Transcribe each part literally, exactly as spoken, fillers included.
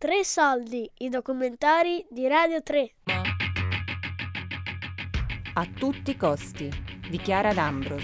Tre soldi, i documentari di Radio tre. A tutti i costi, di Chiara D'Ambros.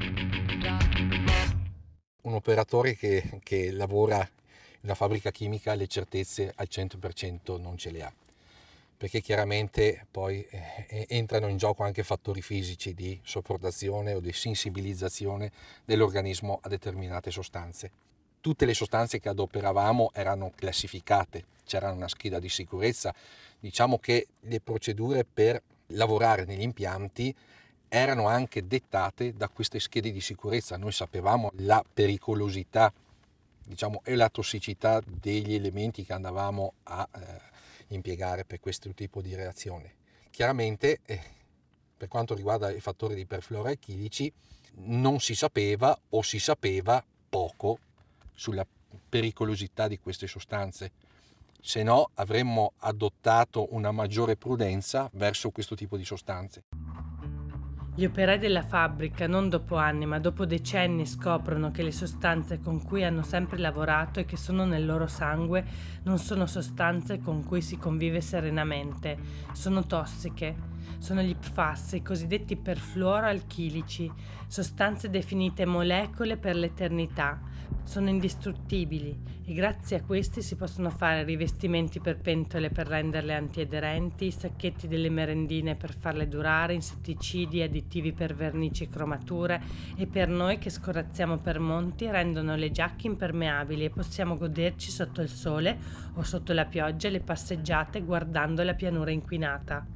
Un operatore che, che lavora in una fabbrica chimica le certezze al cento per cento non ce le ha, perché chiaramente poi eh, entrano in gioco anche fattori fisici di sopportazione o di sensibilizzazione dell'organismo a determinate sostanze. Tutte le sostanze che adoperavamo erano classificate, c'era una scheda di sicurezza. Diciamo che le procedure per lavorare negli impianti erano anche dettate da queste schede di sicurezza. Noi sapevamo la pericolosità, diciamo, e la tossicità degli elementi che andavamo a eh, impiegare per questo tipo di reazione. Chiaramente, eh, per quanto riguarda i fattori di perfluoroalchilici, non si sapeva o si sapeva poco sulla pericolosità di queste sostanze, se no avremmo adottato una maggiore prudenza verso questo tipo di sostanze. Gli operai della fabbrica, non dopo anni ma dopo decenni, scoprono che le sostanze con cui hanno sempre lavorato e che sono nel loro sangue non sono sostanze con cui si convive serenamente, sono tossiche. Sono gli P F A S, i cosiddetti perfluoroalchilici, sostanze definite molecole per l'eternità. Sono indistruttibili e grazie a questi si possono fare rivestimenti per pentole per renderle antiaderenti, sacchetti delle merendine per farle durare, insetticidi, additivi per vernici e cromature, e per noi che scorazziamo per monti rendono le giacche impermeabili e possiamo goderci sotto il sole o sotto la pioggia le passeggiate guardando la pianura inquinata.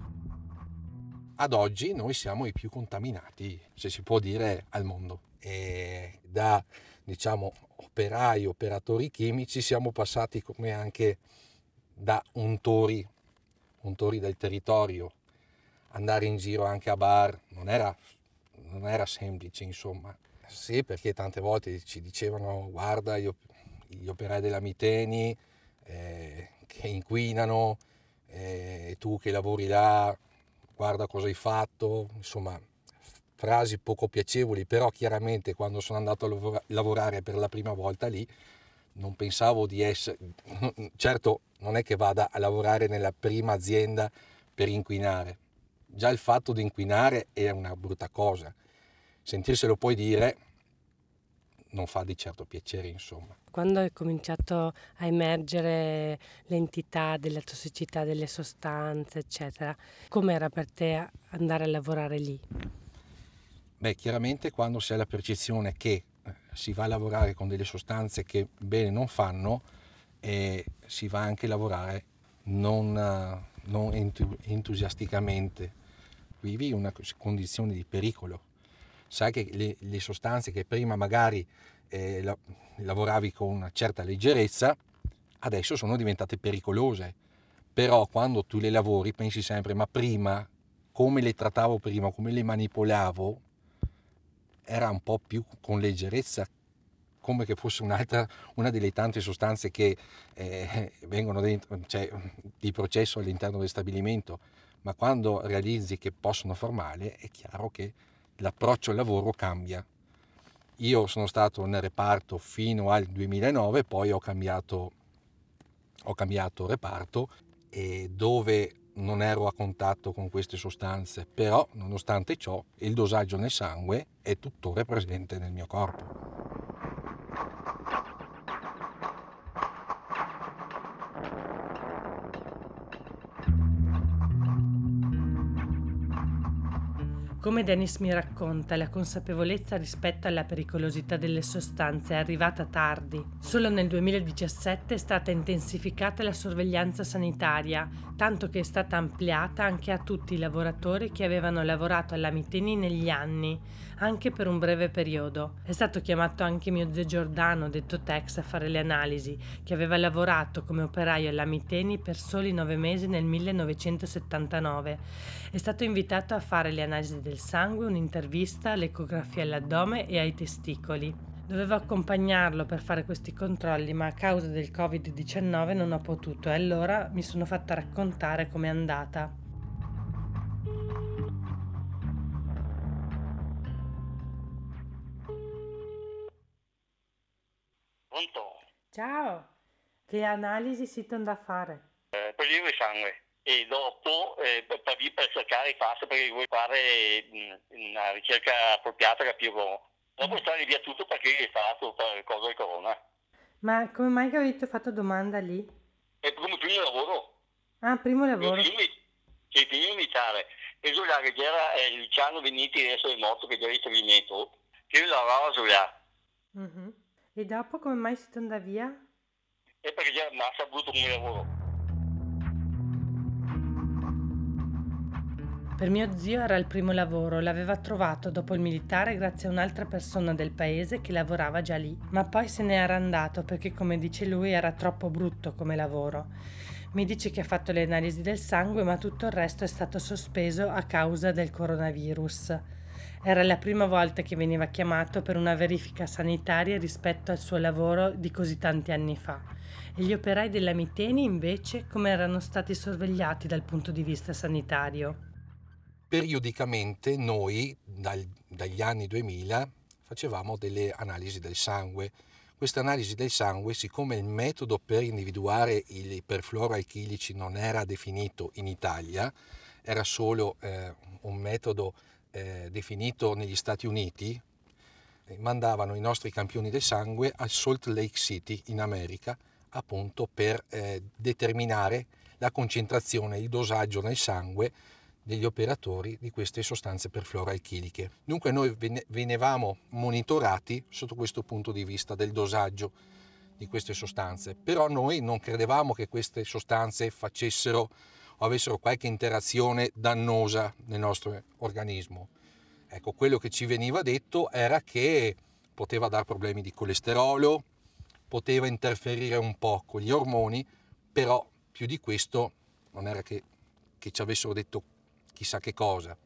Ad oggi noi siamo i più contaminati, se si può dire, al mondo. E da, diciamo, operai, operatori chimici siamo passati come anche da untori, untori del territorio. Andare in giro anche a bar non era, non era semplice, insomma. Sì, perché tante volte ci dicevano: guarda, io, gli operai della Miteni eh, che inquinano, eh, tu che lavori là, guarda cosa hai fatto, insomma, frasi poco piacevoli. Però chiaramente quando sono andato a lavora- lavorare per la prima volta lì non pensavo di essere, certo non è che vada a lavorare nella prima azienda per inquinare, già il fatto di inquinare è una brutta cosa, sentirselo poi dire non fa di certo piacere, insomma. Quando è cominciato a emergere l'entità della tossicità delle sostanze, eccetera, com'era per te andare a lavorare lì? Beh, chiaramente quando si ha la percezione che si va a lavorare con delle sostanze che bene non fanno, e si va anche a lavorare non, non entusiasticamente, vivi una condizione di pericolo. Sai che le, le sostanze che prima magari eh, la, lavoravi con una certa leggerezza, adesso sono diventate pericolose. Però quando tu le lavori pensi sempre: ma prima, come le trattavo prima, come le manipolavo, era un po' più con leggerezza, come che fosse un'altra, una delle tante sostanze che eh, vengono dentro, cioè, di processo all'interno del stabilimento. Ma quando realizzi che possono far male, è chiaro che l'approccio al lavoro cambia. Io sono stato nel reparto fino al duemilanove, poi ho cambiato, ho cambiato reparto, e dove non ero a contatto con queste sostanze, però nonostante ciò il dosaggio nel sangue è tuttora presente nel mio corpo. Come Dennis mi racconta, la consapevolezza rispetto alla pericolosità delle sostanze è arrivata tardi. Solo nel duemiladiciassette è stata intensificata la sorveglianza sanitaria, tanto che è stata ampliata anche a tutti i lavoratori che avevano lavorato alla Miteni negli anni, anche per un breve periodo. È stato chiamato anche mio zio Giordano, detto Tex, a fare le analisi, che aveva lavorato come operaio alla Miteni per soli nove mesi nel millenovecentosettantanove. È stato invitato a fare le analisi del sangue, un'intervista, l'ecografia all'addome e ai testicoli. Dovevo accompagnarlo per fare questi controlli, ma a causa del covid diciannove non ho potuto, e allora mi sono fatta raccontare com'è andata. Pronto? Ciao, Che analisi si tende a fare? Eh, prelievo il sangue e dopo eh, per, per cercare i fasti perché vuoi fare mh, una ricerca appropriata, capito? Dopo stare via tutto perché è stato per il coso del corona. Ma come mai che avete fatto domanda lì? È come primo lavoro. Ah, primo lavoro. Sì, il primo militare. E là che c'era eh, il Ciano Veniti, adesso è morto, che c'era il stabilimento, che io lavoravo su là. Uh-huh. E dopo come mai si torna via? E perché c'era massa brutto come lavoro. Per mio zio era il primo lavoro, l'aveva trovato dopo il militare grazie a un'altra persona del paese che lavorava già lì, ma poi se ne era andato perché, come dice lui, era troppo brutto come lavoro. Mi dice che ha fatto le analisi del sangue, ma tutto il resto è stato sospeso a causa del coronavirus. Era la prima volta che veniva chiamato per una verifica sanitaria rispetto al suo lavoro di così tanti anni fa. E gli operai della Miteni, invece, come erano stati sorvegliati dal punto di vista sanitario? Periodicamente noi, dal, dagli anni duemila, facevamo delle analisi del sangue. Queste analisi del sangue, siccome il metodo per individuare i perfluoroalchilici non era definito in Italia, era solo eh, un metodo eh, definito negli Stati Uniti, eh, mandavano i nostri campioni del sangue a Salt Lake City in America, appunto per eh, determinare la concentrazione, il dosaggio nel sangue degli operatori di queste sostanze perfluoroalchiliche. Dunque noi venivamo monitorati sotto questo punto di vista del dosaggio di queste sostanze, però noi non credevamo che queste sostanze facessero o avessero qualche interazione dannosa nel nostro organismo. Ecco, quello che ci veniva detto era che poteva dar problemi di colesterolo, poteva interferire un po' con gli ormoni, però più di questo non era che, che ci avessero detto chissà che cosa.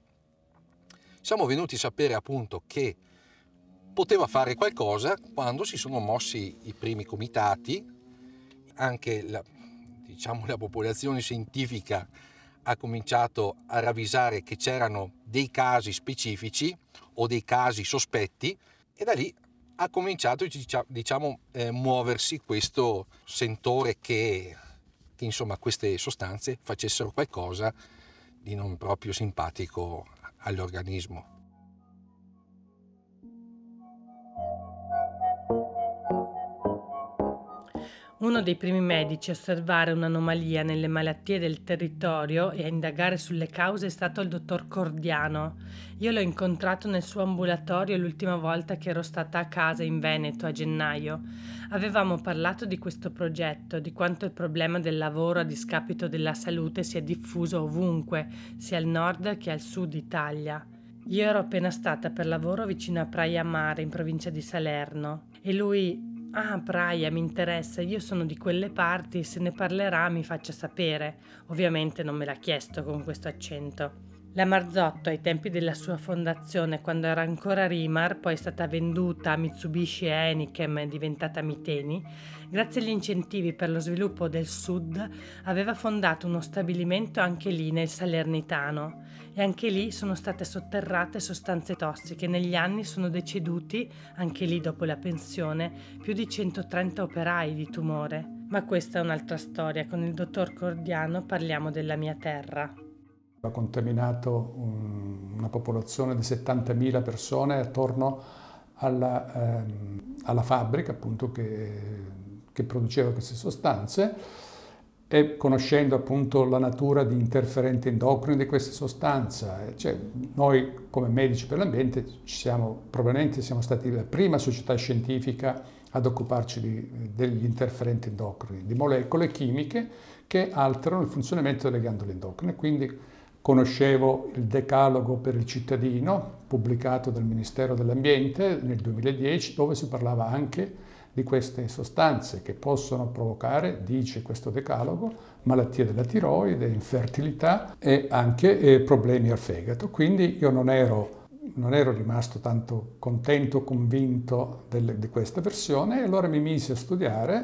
Siamo venuti a sapere appunto che poteva fare qualcosa quando si sono mossi i primi comitati, anche la, diciamo, la popolazione scientifica ha cominciato a ravvisare che c'erano dei casi specifici o dei casi sospetti e da lì ha cominciato diciamo eh, muoversi questo sentore che, che insomma queste sostanze facessero qualcosa di non proprio simpatico all'organismo. Uno dei primi medici a osservare un'anomalia nelle malattie del territorio e a indagare sulle cause è stato il dottor Cordiano. Io l'ho incontrato nel suo ambulatorio l'ultima volta che ero stata a casa in Veneto a gennaio. Avevamo parlato di questo progetto, di quanto il problema del lavoro a discapito della salute sia diffuso ovunque, sia al nord che al sud Italia. Io ero appena stata per lavoro vicino a Praia Mare, in provincia di Salerno, e lui... Ah, Praia, mi interessa, io sono di quelle parti, se ne parlerà mi faccia sapere. Ovviamente non me l'ha chiesto con questo accento. La Marzotto, ai tempi della sua fondazione, quando era ancora Rimar, poi è stata venduta a Mitsubishi e Enichem e diventata Miteni, grazie agli incentivi per lo sviluppo del Sud, aveva fondato uno stabilimento anche lì nel Salernitano. E anche lì sono state sotterrate sostanze tossiche. Negli anni sono deceduti, anche lì dopo la pensione, più di centotrenta operai di tumore. Ma questa è un'altra storia. Con il dottor Cordiano parliamo della mia terra. Ha contaminato un, una popolazione di settantamila persone attorno alla, ehm, alla fabbrica appunto che, che produceva queste sostanze. E conoscendo appunto la natura di interferenti endocrini di queste sostanze, cioè, noi come medici per l'ambiente ci siamo, probabilmente siamo stati la prima società scientifica ad occuparci di, degli interferenti endocrini, di molecole chimiche che alterano il funzionamento delle ghiandole endocrine. Quindi conoscevo il decalogo per il cittadino, pubblicato dal Ministero dell'Ambiente nel duemiladieci, dove si parlava anche di queste sostanze che possono provocare, dice questo decalogo, malattie della tiroide, infertilità e anche eh, problemi al fegato. Quindi io non ero, non ero rimasto tanto contento, convinto del, di questa versione, e allora mi misi a studiare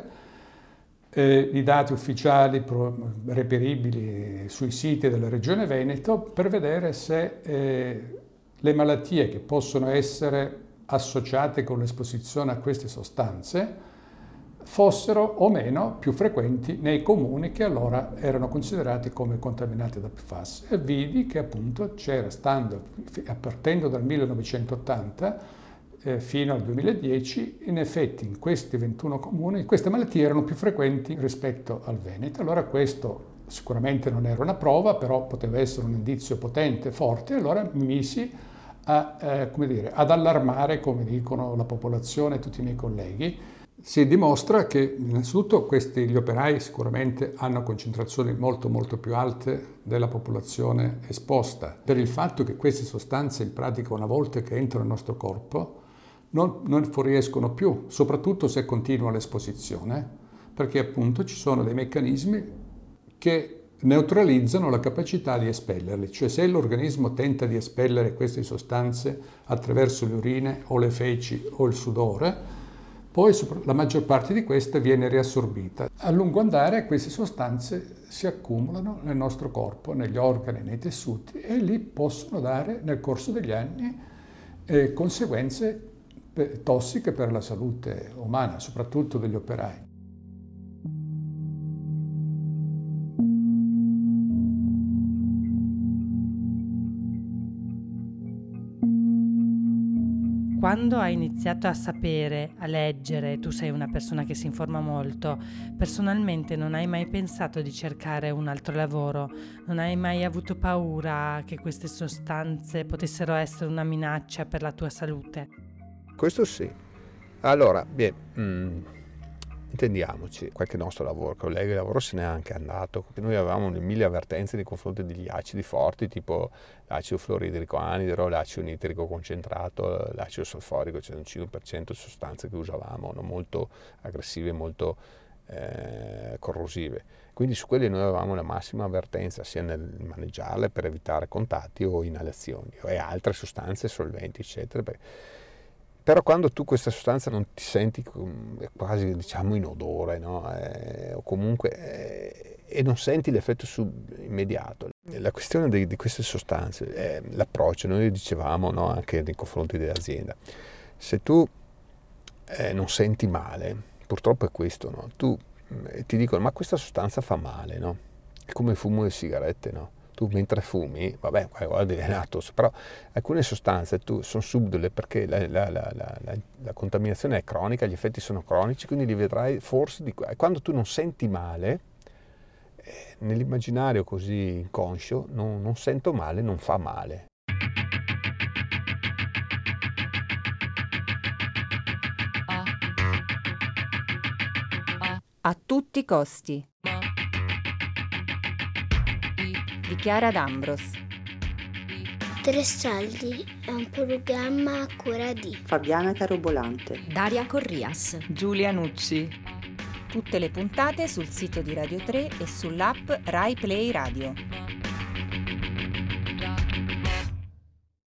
eh, i dati ufficiali pro, reperibili sui siti della Regione Veneto per vedere se eh, le malattie che possono essere associate con l'esposizione a queste sostanze fossero o meno più frequenti nei comuni che allora erano considerati come contaminati da P F A S. E vidi che appunto c'era, stando, partendo dal millenovecentottanta eh, fino al duemiladieci, in effetti in questi ventuno comuni queste malattie erano più frequenti rispetto al Veneto. Allora questo sicuramente non era una prova, però poteva essere un indizio potente, forte, e allora mi misi a, eh, come dire, ad allarmare, come dicono la popolazione e tutti i miei colleghi. Si dimostra che innanzitutto questi, gli operai sicuramente hanno concentrazioni molto molto più alte della popolazione esposta, per il fatto che queste sostanze in pratica una volta che entrano nel nostro corpo non, non fuoriescono più, soprattutto se continua l'esposizione, perché appunto ci sono dei meccanismi che neutralizzano la capacità di espellerli, cioè se l'organismo tenta di espellere queste sostanze attraverso le urine o le feci o il sudore, poi la maggior parte di queste viene riassorbita. A lungo andare queste sostanze si accumulano nel nostro corpo, negli organi, nei tessuti, e lì possono dare nel corso degli anni eh, conseguenze tossiche per la salute umana, soprattutto degli operai. Quando hai iniziato a sapere, a leggere, tu sei una persona che si informa molto, personalmente non hai mai pensato di cercare un altro lavoro? Non hai mai avuto paura che queste sostanze potessero essere una minaccia per la tua salute? Questo sì. Allora, beh, mm, intendiamoci, qualche nostro lavoro, collega di lavoro se n'è anche andato. Noi avevamo mille avvertenze nei confronti degli acidi forti, tipo l'acido fluoridrico anidro, l'acido nitrico concentrato, l'acido solforico, cioè un cinque per cento di sostanze che usavamo, no? Molto aggressive, molto eh, corrosive. Quindi su quelle noi avevamo la massima avvertenza, sia nel maneggiarle per evitare contatti o inalazioni, e altre sostanze, solventi, eccetera. Però quando tu questa sostanza non ti senti quasi, diciamo, in odore, no? eh, o comunque eh, e non senti l'effetto sub- immediato. La questione di, di queste sostanze è l'approccio. Noi dicevamo, no, anche nei confronti dell'azienda, se tu eh, non senti male, purtroppo è questo, no? Tu eh, ti dicono ma questa sostanza fa male, no? È come il fumo delle sigarette, no? Tu mentre fumi, vabbè, guarda, è nato, però alcune sostanze tu sono subdole perché la, la, la, la, la, la contaminazione è cronica, gli effetti sono cronici, quindi li vedrai forse di qua. E quando tu non senti male, eh, nell'immaginario così inconscio, non, non sento male, non fa male. A tutti i costi. Di Chiara D'Ambros. Tre Saldi è un programma a cura di Fabiana Carobolante, Daria Corrias, Giulia Nucci. Tutte le puntate sul sito di Radio tre e sull'app Rai Play Radio.